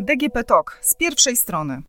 DGP TOK z pierwszej strony.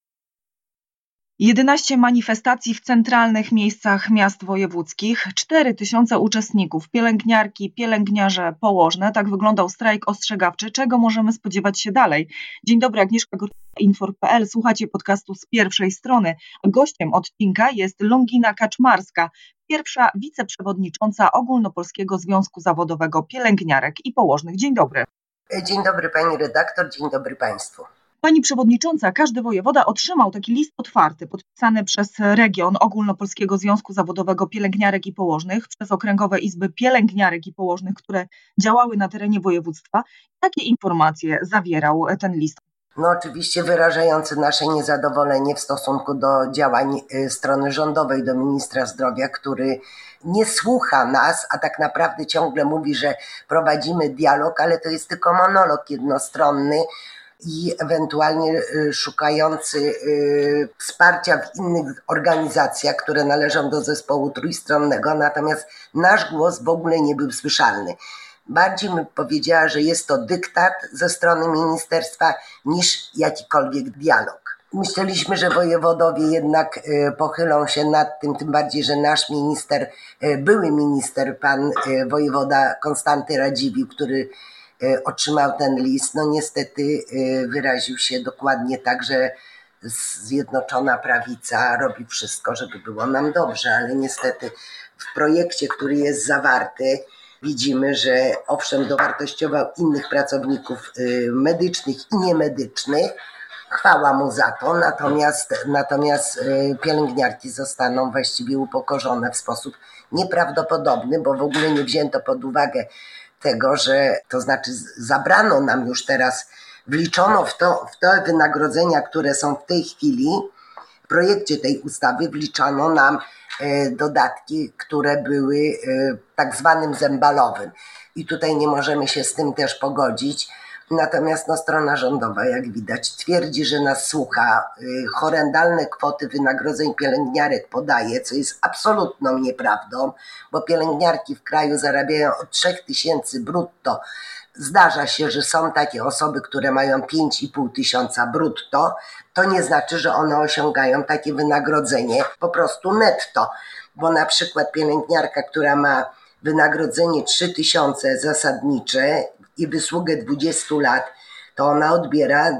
11 manifestacji w centralnych miejscach miast wojewódzkich, 4000 uczestników, pielęgniarki, pielęgniarze, położne. Tak wyglądał strajk ostrzegawczy. Czego możemy spodziewać się dalej? Dzień dobry, Agnieszka Gorczyca, Infor.pl. Słuchacie podcastu z pierwszej strony. Gościem odcinka jest Longina Kaczmarska, pierwsza wiceprzewodnicząca Ogólnopolskiego Związku Zawodowego Pielęgniarek i Położnych. Dzień dobry. Dzień dobry pani redaktor, dzień dobry państwu. Pani przewodnicząca, każdy wojewoda otrzymał taki list otwarty, podpisany przez region Ogólnopolskiego Związku Zawodowego Pielęgniarek i Położnych, przez Okręgowe Izby Pielęgniarek i Położnych, które działały na terenie województwa. Jakie informacje zawierał ten list? No oczywiście wyrażający nasze niezadowolenie w stosunku do działań strony rządowej, do ministra zdrowia, który nie słucha nas, a tak naprawdę ciągle mówi, że prowadzimy dialog, ale to jest tylko monolog jednostronny i ewentualnie szukający wsparcia w innych organizacjach, które należą do zespołu trójstronnego, natomiast nasz głos w ogóle nie był słyszalny. Bardziej bym powiedziała, że jest to dyktat ze strony ministerstwa niż jakikolwiek dialog. Myśleliśmy, że wojewodowie jednak pochylą się nad tym, tym bardziej, że nasz minister, były minister, pan wojewoda Konstanty Radziwiłł, który otrzymał ten list, no niestety wyraził się dokładnie tak, że Zjednoczona Prawica robi wszystko, żeby było nam dobrze, ale niestety w projekcie, który jest zawarty, widzimy, że owszem dowartościował innych pracowników medycznych i niemedycznych, chwała mu za to, natomiast pielęgniarki zostaną właściwie upokorzone w sposób nieprawdopodobny, bo w ogóle nie wzięto pod uwagę tego, że to znaczy zabrano nam już teraz, wliczono w te wynagrodzenia, które są w tej chwili, w projekcie tej ustawy wliczano nam dodatki, które były tak zwanym zembalowym. I tutaj nie możemy się z tym też pogodzić. Natomiast strona rządowa, jak widać, twierdzi, że nas słucha, horrendalne kwoty wynagrodzeń pielęgniarek podaje, co jest absolutną nieprawdą, bo pielęgniarki w kraju zarabiają od 3000 brutto. Zdarza się, że są takie osoby, które mają 5500 brutto, to nie znaczy, że one osiągają takie wynagrodzenie po prostu netto, bo na przykład pielęgniarka, która ma wynagrodzenie 3000 zasadnicze i wysługę 20 lat, to ona odbiera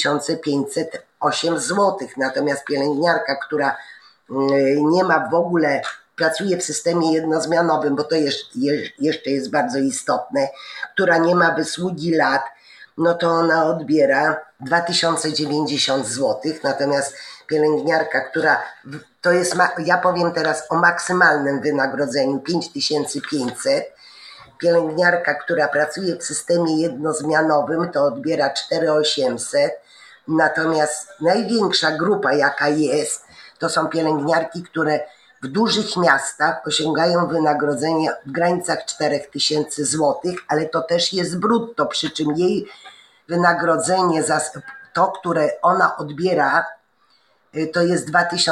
2508 zł. Natomiast pielęgniarka, która nie ma w ogóle, pracuje w systemie jednozmianowym, bo to jeszcze jest bardzo istotne, która nie ma wysługi lat, no to ona odbiera 2090 zł. Natomiast pielęgniarka, która, to jest, ja powiem teraz o maksymalnym wynagrodzeniu 5500, pielęgniarka, która pracuje w systemie jednozmianowym, to odbiera 4800, natomiast największa grupa jaka jest, to są pielęgniarki, które w dużych miastach osiągają wynagrodzenie w granicach 4000 zł, ale to też jest brutto, przy czym jej wynagrodzenie za to, które ona odbiera, to jest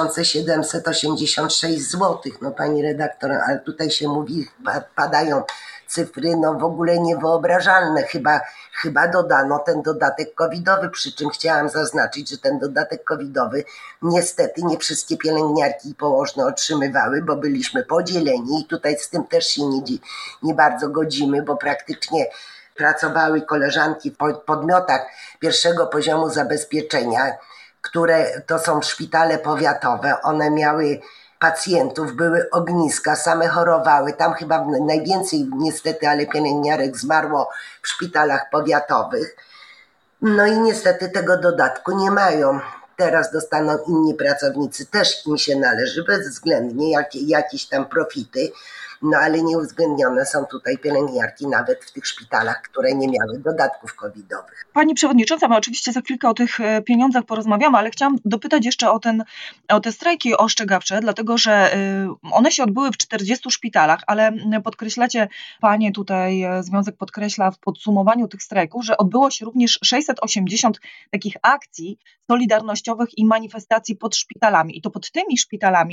2786 zł. No pani redaktor, ale tutaj się mówi, padają cyfry w ogóle niewyobrażalne. Chyba dodano ten dodatek covidowy, przy czym chciałam zaznaczyć, że ten dodatek covidowy niestety nie wszystkie pielęgniarki i położne otrzymywały, bo byliśmy podzieleni i tutaj z tym też się nie bardzo godzimy, bo praktycznie pracowały koleżanki w podmiotach pierwszego poziomu zabezpieczenia, które to są szpitale powiatowe, one miały pacjentów, były ogniska, same chorowały, tam chyba najwięcej niestety, ale pielęgniarek zmarło w szpitalach powiatowych. No i niestety tego dodatku nie mają. Teraz dostaną inni pracownicy, też im się należy, bezwzględnie jakieś tam profity, no ale nie uwzględnione są tutaj pielęgniarki nawet w tych szpitalach, które nie miały dodatków covidowych. Pani przewodnicząca, my oczywiście za chwilkę o tych pieniądzach porozmawiamy, ale chciałam dopytać jeszcze o te strajki ostrzegawcze, dlatego że one się odbyły w 40 szpitalach, ale podkreślacie, panie tutaj, związek podkreśla w podsumowaniu tych strajków, że odbyło się również 680 takich akcji solidarnościowych i manifestacji pod szpitalami. I to pod tymi szpitalami, w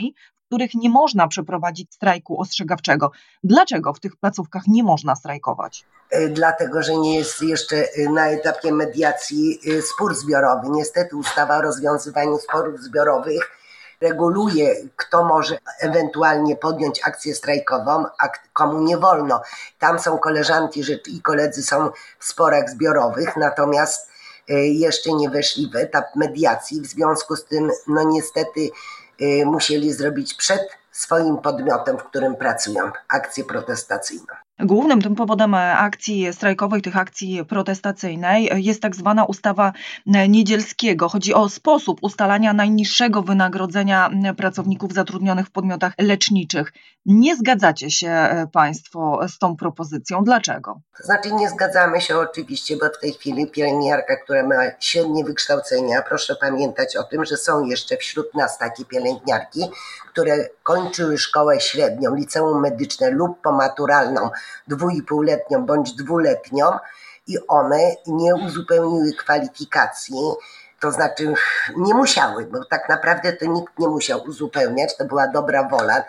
których nie można przeprowadzić strajku ostrzegawczego. Dlaczego w tych placówkach nie można strajkować? Dlatego, że nie jest jeszcze na etapie mediacji spór zbiorowy. Niestety ustawa o rozwiązywaniu sporów zbiorowych reguluje, kto może ewentualnie podjąć akcję strajkową, a komu nie wolno. Tam są koleżanki i koledzy są w sporach zbiorowych, natomiast jeszcze nie weszli w etap mediacji. W związku z tym, no niestety musieli zrobić przed swoim podmiotem, w którym pracują, akcję protestacyjną. Głównym tym powodem akcji strajkowej, tych akcji protestacyjnej jest tak zwana ustawa Niedzielskiego. Chodzi o sposób ustalania najniższego wynagrodzenia pracowników zatrudnionych w podmiotach leczniczych. Nie zgadzacie się Państwo z tą propozycją. Dlaczego? To znaczy nie zgadzamy się oczywiście, bo w tej chwili pielęgniarka, która ma średnie wykształcenie, proszę pamiętać o tym, że są jeszcze wśród nas takie pielęgniarki, które kończyły szkołę średnią, liceum medyczne lub pomaturalną, 2,5-letnią bądź 2-letnią i one nie uzupełniły kwalifikacji, to znaczy nie musiały, bo tak naprawdę to nikt nie musiał uzupełniać, to była dobra wola,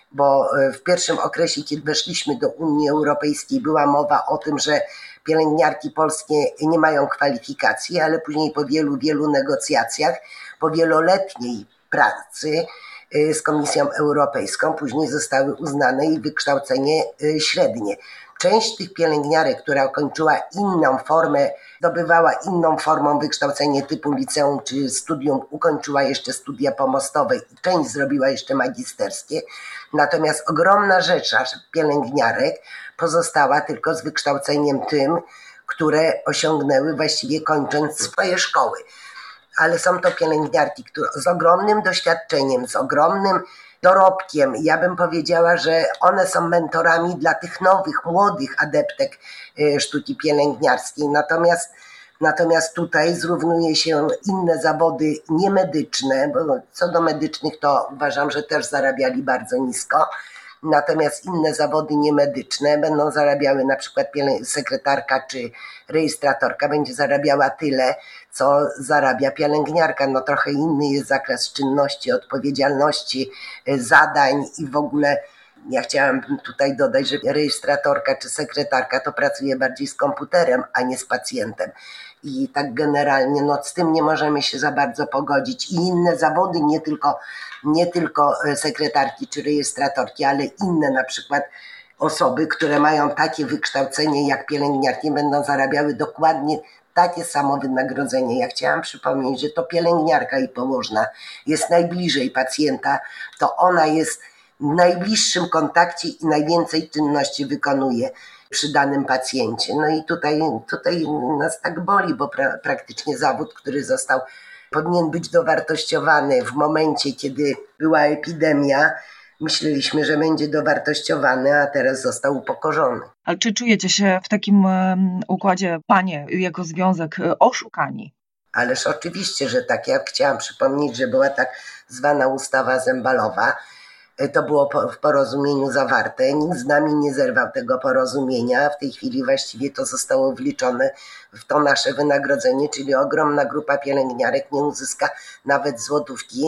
bo w pierwszym okresie, kiedy weszliśmy do Unii Europejskiej, była mowa o tym, że pielęgniarki polskie nie mają kwalifikacji, ale później po wielu negocjacjach, po wieloletniej pracy z Komisją Europejską, później zostały uznane ich wykształcenie średnie. Część tych pielęgniarek, która kończyła inną formę, zdobywała inną formą wykształcenie typu liceum czy studium, ukończyła jeszcze studia pomostowe i część zrobiła jeszcze magisterskie. Natomiast ogromna rzesza pielęgniarek pozostała tylko z wykształceniem tym, które osiągnęły właściwie kończąc swoje szkoły. Ale są to pielęgniarki, które z ogromnym doświadczeniem, z ogromnym dorobkiem. Ja bym powiedziała, że one są mentorami dla tych nowych, młodych adeptek sztuki pielęgniarskiej. Natomiast tutaj zrównuje się inne zawody niemedyczne, bo co do medycznych to uważam, że też zarabiali bardzo nisko. Natomiast inne zawody niemedyczne będą zarabiały, na przykład sekretarka czy rejestratorka będzie zarabiała tyle, co zarabia pielęgniarka. No trochę inny jest zakres czynności, odpowiedzialności, zadań i w ogóle ja chciałam tutaj dodać, że rejestratorka czy sekretarka to pracuje bardziej z komputerem, a nie z pacjentem. I tak generalnie z tym nie możemy się za bardzo pogodzić. I inne zawody, nie tylko sekretarki czy rejestratorki, ale inne na przykład osoby, które mają takie wykształcenie jak pielęgniarki, będą zarabiały dokładnie takie samo wynagrodzenie. Ja chciałam przypomnieć, że to pielęgniarka i położna jest najbliżej pacjenta, to ona jest w najbliższym kontakcie i najwięcej czynności wykonuje przy danym pacjencie. No i tutaj nas tak boli, bo praktycznie zawód, który powinien być dowartościowany w momencie, kiedy była epidemia, myśleliśmy, że będzie dowartościowany, a teraz został upokorzony. Ale czy czujecie się w takim układzie, panie, jako związek, oszukani? Ależ oczywiście, że tak. Ja chciałam przypomnieć, że była tak zwana ustawa zembalowa. To było w porozumieniu zawarte. Nikt z nami nie zerwał tego porozumienia. W tej chwili właściwie to zostało wliczone w to nasze wynagrodzenie, czyli ogromna grupa pielęgniarek nie uzyska nawet złotówki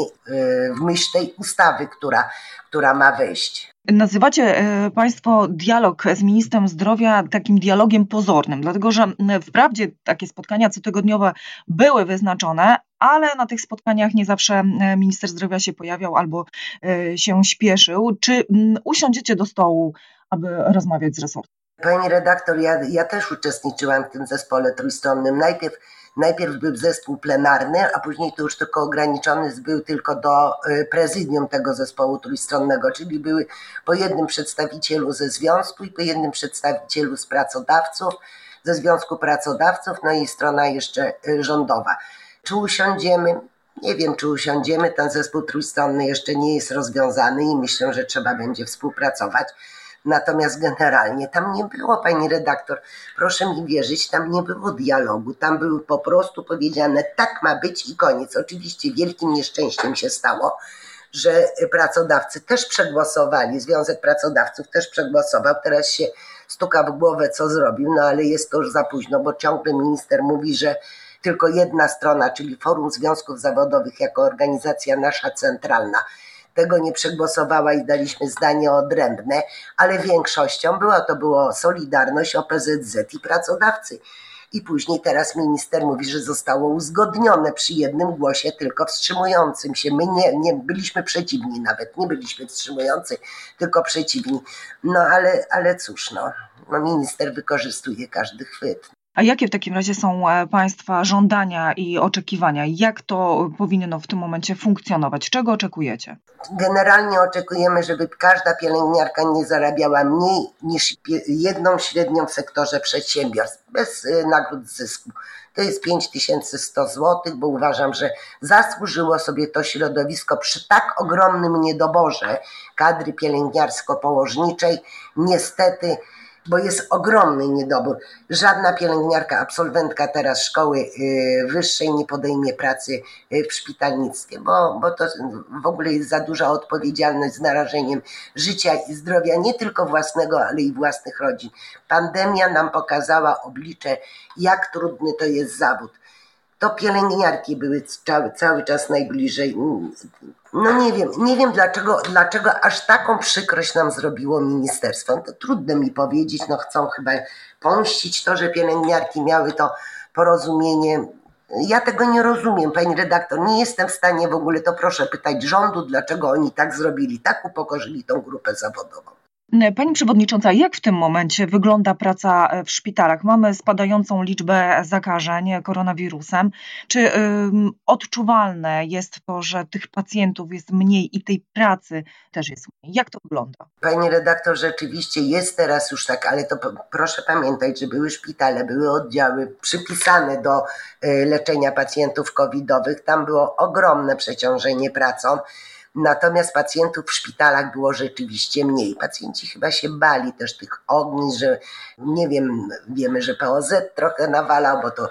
w myśl tej ustawy, która ma wejść. Nazywacie Państwo dialog z ministrem zdrowia takim dialogiem pozornym, dlatego że wprawdzie takie spotkania cotygodniowe były wyznaczone, ale na tych spotkaniach nie zawsze minister zdrowia się pojawiał albo się śpieszył. Czy usiądziecie do stołu, aby rozmawiać z resortem? Pani redaktor, ja też uczestniczyłam w tym zespole trójstronnym. Najpierw był zespół plenarny, a później to już tylko ograniczony był tylko do prezydium tego zespołu trójstronnego, czyli były po jednym przedstawicielu ze związku i po jednym przedstawicielu z pracodawców, ze związku pracodawców, no i strona jeszcze rządowa. Czy usiądziemy? Nie wiem, czy usiądziemy. Ten zespół trójstronny jeszcze nie jest rozwiązany i myślę, że trzeba będzie współpracować. Natomiast generalnie tam nie było, pani redaktor, proszę mi wierzyć, tam nie było dialogu, tam było po prostu powiedziane, tak ma być i koniec. Oczywiście wielkim nieszczęściem się stało, że pracodawcy też przegłosowali, Związek Pracodawców też przegłosował, teraz się stuka w głowę, co zrobił, no ale jest to już za późno, bo ciągle minister mówi, że tylko jedna strona, czyli Forum Związków Zawodowych jako organizacja nasza centralna, tego nie przegłosowała i daliśmy zdanie odrębne, ale większością było Solidarność, OPZZ i pracodawcy. I później teraz minister mówi, że zostało uzgodnione przy jednym głosie, tylko wstrzymującym się. My nie byliśmy przeciwni nawet, nie byliśmy wstrzymujący, tylko przeciwni. No ale cóż, minister wykorzystuje każdy chwyt. A jakie w takim razie są Państwa żądania i oczekiwania? Jak to powinno w tym momencie funkcjonować? Czego oczekujecie? Generalnie oczekujemy, żeby każda pielęgniarka nie zarabiała mniej niż jedną średnią w sektorze przedsiębiorstw, bez nagród z zysku. To jest 5100 zł, bo uważam, że zasłużyło sobie to środowisko przy tak ogromnym niedoborze kadry pielęgniarsko-położniczej. Niestety, bo jest ogromny niedobór. Żadna pielęgniarka, absolwentka teraz szkoły wyższej nie podejmie pracy w szpitalnictwie, bo to w ogóle jest za duża odpowiedzialność z narażeniem życia i zdrowia, nie tylko własnego, ale i własnych rodzin. Pandemia nam pokazała oblicze, jak trudny to jest zawód. To pielęgniarki były cały czas najbliżej. No nie wiem dlaczego aż taką przykrość nam zrobiło ministerstwo. To trudno mi powiedzieć, chcą chyba pomścić to, że pielęgniarki miały to porozumienie. Ja tego nie rozumiem, pani redaktor, nie jestem w stanie w ogóle, to proszę pytać rządu, dlaczego oni tak zrobili, tak upokorzyli tą grupę zawodową. Pani przewodnicząca, jak w tym momencie wygląda praca w szpitalach? Mamy spadającą liczbę zakażeń koronawirusem. Czy odczuwalne jest to, że tych pacjentów jest mniej i tej pracy też jest mniej? Jak to wygląda? Pani redaktor, rzeczywiście jest teraz już tak, ale to proszę pamiętać, że były szpitale, były oddziały przypisane do leczenia pacjentów covidowych. Tam było ogromne przeciążenie pracą. Natomiast pacjentów w szpitalach było rzeczywiście mniej. Pacjenci chyba się bali też tych ognisk, że nie wiem, wiemy, że POZ trochę nawalał, bo to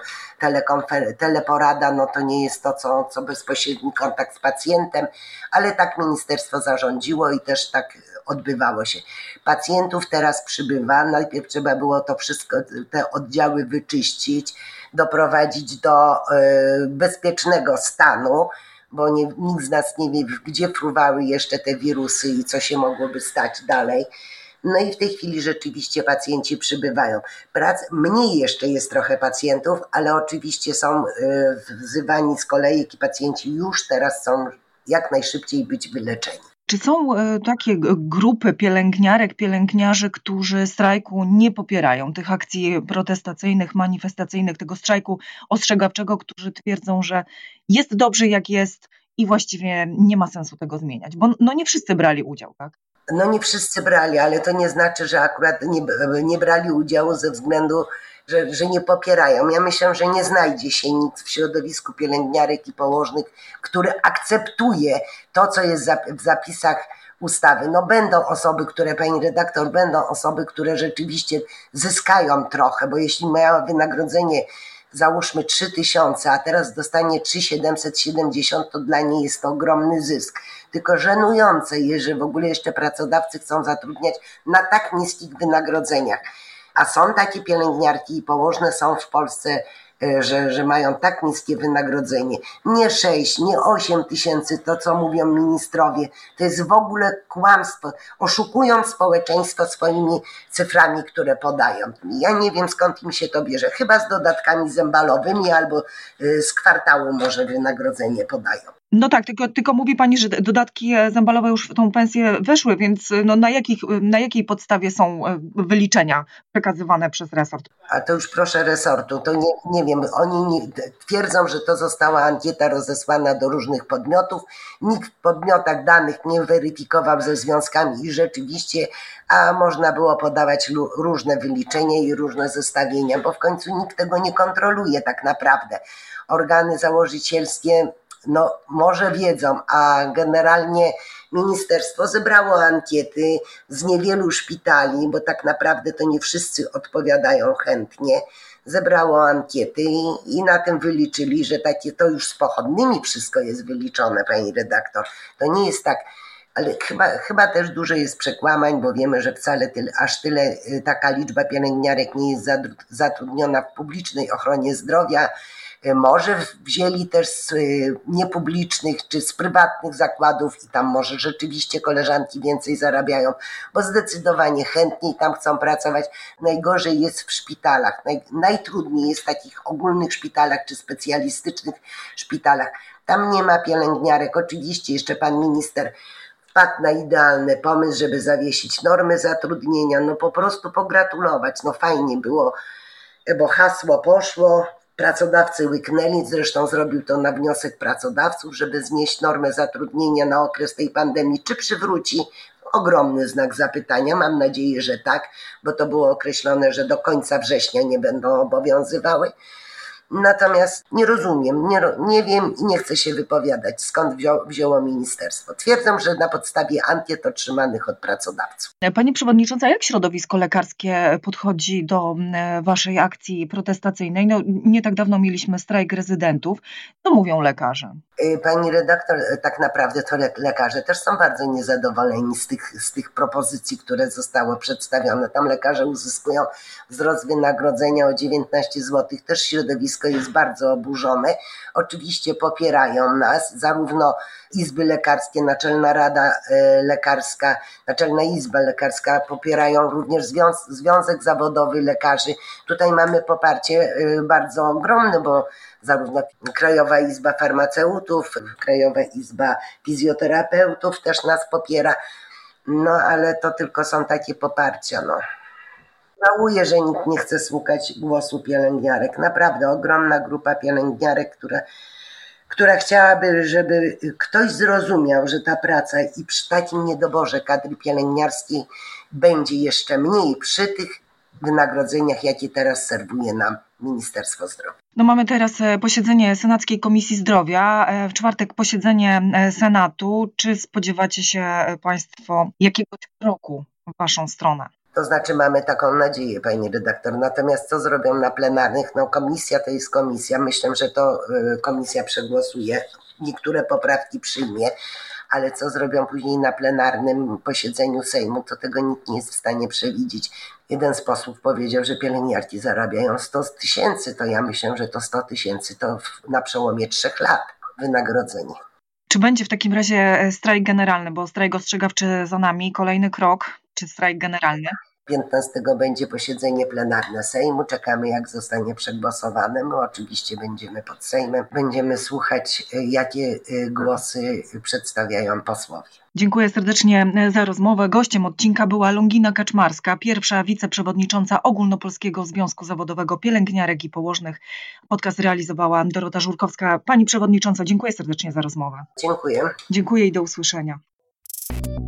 teleporada, to nie jest to, co bezpośredni kontakt z pacjentem, ale tak ministerstwo zarządziło i też tak odbywało się. Pacjentów teraz przybywa, najpierw trzeba było to wszystko, te oddziały wyczyścić, doprowadzić do bezpiecznego stanu, bo nikt z nas nie wie, gdzie fruwały jeszcze te wirusy i co się mogłoby stać dalej. No i w tej chwili rzeczywiście pacjenci przybywają. Mniej jeszcze jest trochę pacjentów, ale oczywiście są wzywani z kolejek i pacjenci już teraz chcą jak najszybciej być wyleczeni. Czy są takie grupy pielęgniarek, pielęgniarzy, którzy strajku nie popierają, tych akcji protestacyjnych, manifestacyjnych, tego strajku ostrzegawczego, którzy twierdzą, że jest dobrze jak jest i właściwie nie ma sensu tego zmieniać? Bo nie wszyscy brali udział, tak? Nie wszyscy brali, ale to nie znaczy, że akurat nie brali udziału ze względu, że nie popierają. Ja myślę, że nie znajdzie się nikt w środowisku pielęgniarek i położnych, który akceptuje to, co jest w zapisach ustawy. Będą osoby, będą osoby, które rzeczywiście zyskają trochę, bo jeśli miała wynagrodzenie załóżmy 3000, a teraz dostanie 3770, to dla niej jest to ogromny zysk. Tylko żenujące jest, że w ogóle jeszcze pracodawcy chcą zatrudniać na tak niskich wynagrodzeniach. A są takie pielęgniarki i położne są w Polsce, że mają tak niskie wynagrodzenie. Nie 6, nie 8 tysięcy, to co mówią ministrowie, to jest w ogóle kłamstwo. Oszukują społeczeństwo swoimi cyframi, które podają. Ja nie wiem, skąd im się to bierze. Chyba z dodatkami zembalowymi albo z kwartału może wynagrodzenie podają. No tak, tylko mówi Pani, że dodatki zembalowe już w tą pensję weszły, więc na jakiej podstawie są wyliczenia przekazywane przez resort? A to już proszę resortu, to nie wiem, oni twierdzą, że to została ankieta rozesłana do różnych podmiotów, nikt w podmiotach danych nie weryfikował ze związkami i rzeczywiście, a można było podawać różne wyliczenia i różne zestawienia, bo w końcu nikt tego nie kontroluje tak naprawdę. Organy założycielskie może wiedzą, a generalnie ministerstwo zebrało ankiety z niewielu szpitali, bo tak naprawdę to nie wszyscy odpowiadają chętnie. Zebrało ankiety i na tym wyliczyli, że to już z pochodnymi wszystko jest wyliczone, pani redaktor. To nie jest tak, ale chyba też dużo jest przekłamań, bo wiemy, że wcale aż tyle taka liczba pielęgniarek nie jest zatrudniona w publicznej ochronie zdrowia. Może wzięli też z niepublicznych czy z prywatnych zakładów i tam może rzeczywiście koleżanki więcej zarabiają, bo zdecydowanie chętniej tam chcą pracować. Najgorzej jest w szpitalach. Najtrudniej jest w takich ogólnych szpitalach czy specjalistycznych szpitalach. Tam nie ma pielęgniarek. Oczywiście jeszcze pan minister wpadł na idealny pomysł, żeby zawiesić normy zatrudnienia. No po prostu pogratulować. No fajnie było, bo hasło poszło. Pracodawcy łyknęli, zresztą zrobił to na wniosek pracodawców, żeby znieść normę zatrudnienia na okres tej pandemii. Czy przywróci? Ogromny znak zapytania. Mam nadzieję, że tak, bo to było określone, że do końca września nie będą obowiązywały. Natomiast nie rozumiem, nie wiem i nie chcę się wypowiadać, skąd wzięło ministerstwo. Twierdzą, że na podstawie ankiet otrzymanych od pracodawców. Pani przewodnicząca, jak środowisko lekarskie podchodzi do waszej akcji protestacyjnej? No, nie tak dawno mieliśmy strajk rezydentów. Co mówią lekarze? Pani redaktor, tak naprawdę to lekarze też są bardzo niezadowoleni z tych propozycji, które zostały przedstawione. Tam lekarze uzyskują wzrost wynagrodzenia o 19 zł. Też środowisko jest bardzo oburzone. Oczywiście popierają nas, zarówno Izby Lekarskie, Naczelna Rada Lekarska, Naczelna Izba Lekarska, popierają również Związek Zawodowy Lekarzy. Tutaj mamy poparcie bardzo ogromne, bo zarówno Krajowa Izba Farmaceutów, Krajowa Izba Fizjoterapeutów też nas popiera, no ale to tylko są takie poparcia, no. Żałuję, że nikt nie chce słuchać głosu pielęgniarek. Naprawdę ogromna grupa pielęgniarek, która chciałaby, żeby ktoś zrozumiał, że ta praca i przy takim niedoborze kadry pielęgniarskiej będzie jeszcze mniej przy tych wynagrodzeniach, jakie teraz serwuje nam Ministerstwo Zdrowia. No mamy teraz posiedzenie Senackiej Komisji Zdrowia, w czwartek posiedzenie Senatu. Czy spodziewacie się Państwo jakiegoś kroku w Waszą stronę? To znaczy mamy taką nadzieję, pani redaktor. Natomiast co zrobią na plenarnych? No komisja to jest komisja. Myślę, że to komisja przegłosuje. Niektóre poprawki przyjmie, ale co zrobią później na plenarnym posiedzeniu Sejmu, to tego nikt nie jest w stanie przewidzieć. Jeden z posłów powiedział, że pielęgniarki zarabiają 100 000, to ja myślę, że to 100 000 to na przełomie 3 lat wynagrodzenie. Czy będzie w takim razie strajk generalny, bo strajk ostrzegawczy za nami, kolejny krok, czy strajk generalny? 15 będzie posiedzenie plenarne Sejmu. Czekamy, jak zostanie przegłosowane. My oczywiście będziemy pod Sejmem. Będziemy słuchać, jakie głosy przedstawiają posłowie. Dziękuję serdecznie za rozmowę. Gościem odcinka była Longina Kaczmarska, pierwsza wiceprzewodnicząca Ogólnopolskiego Związku Zawodowego Pielęgniarek i Położnych. Podcast realizowała Dorota Żurkowska. Pani przewodnicząca, dziękuję serdecznie za rozmowę. Dziękuję. Dziękuję i do usłyszenia.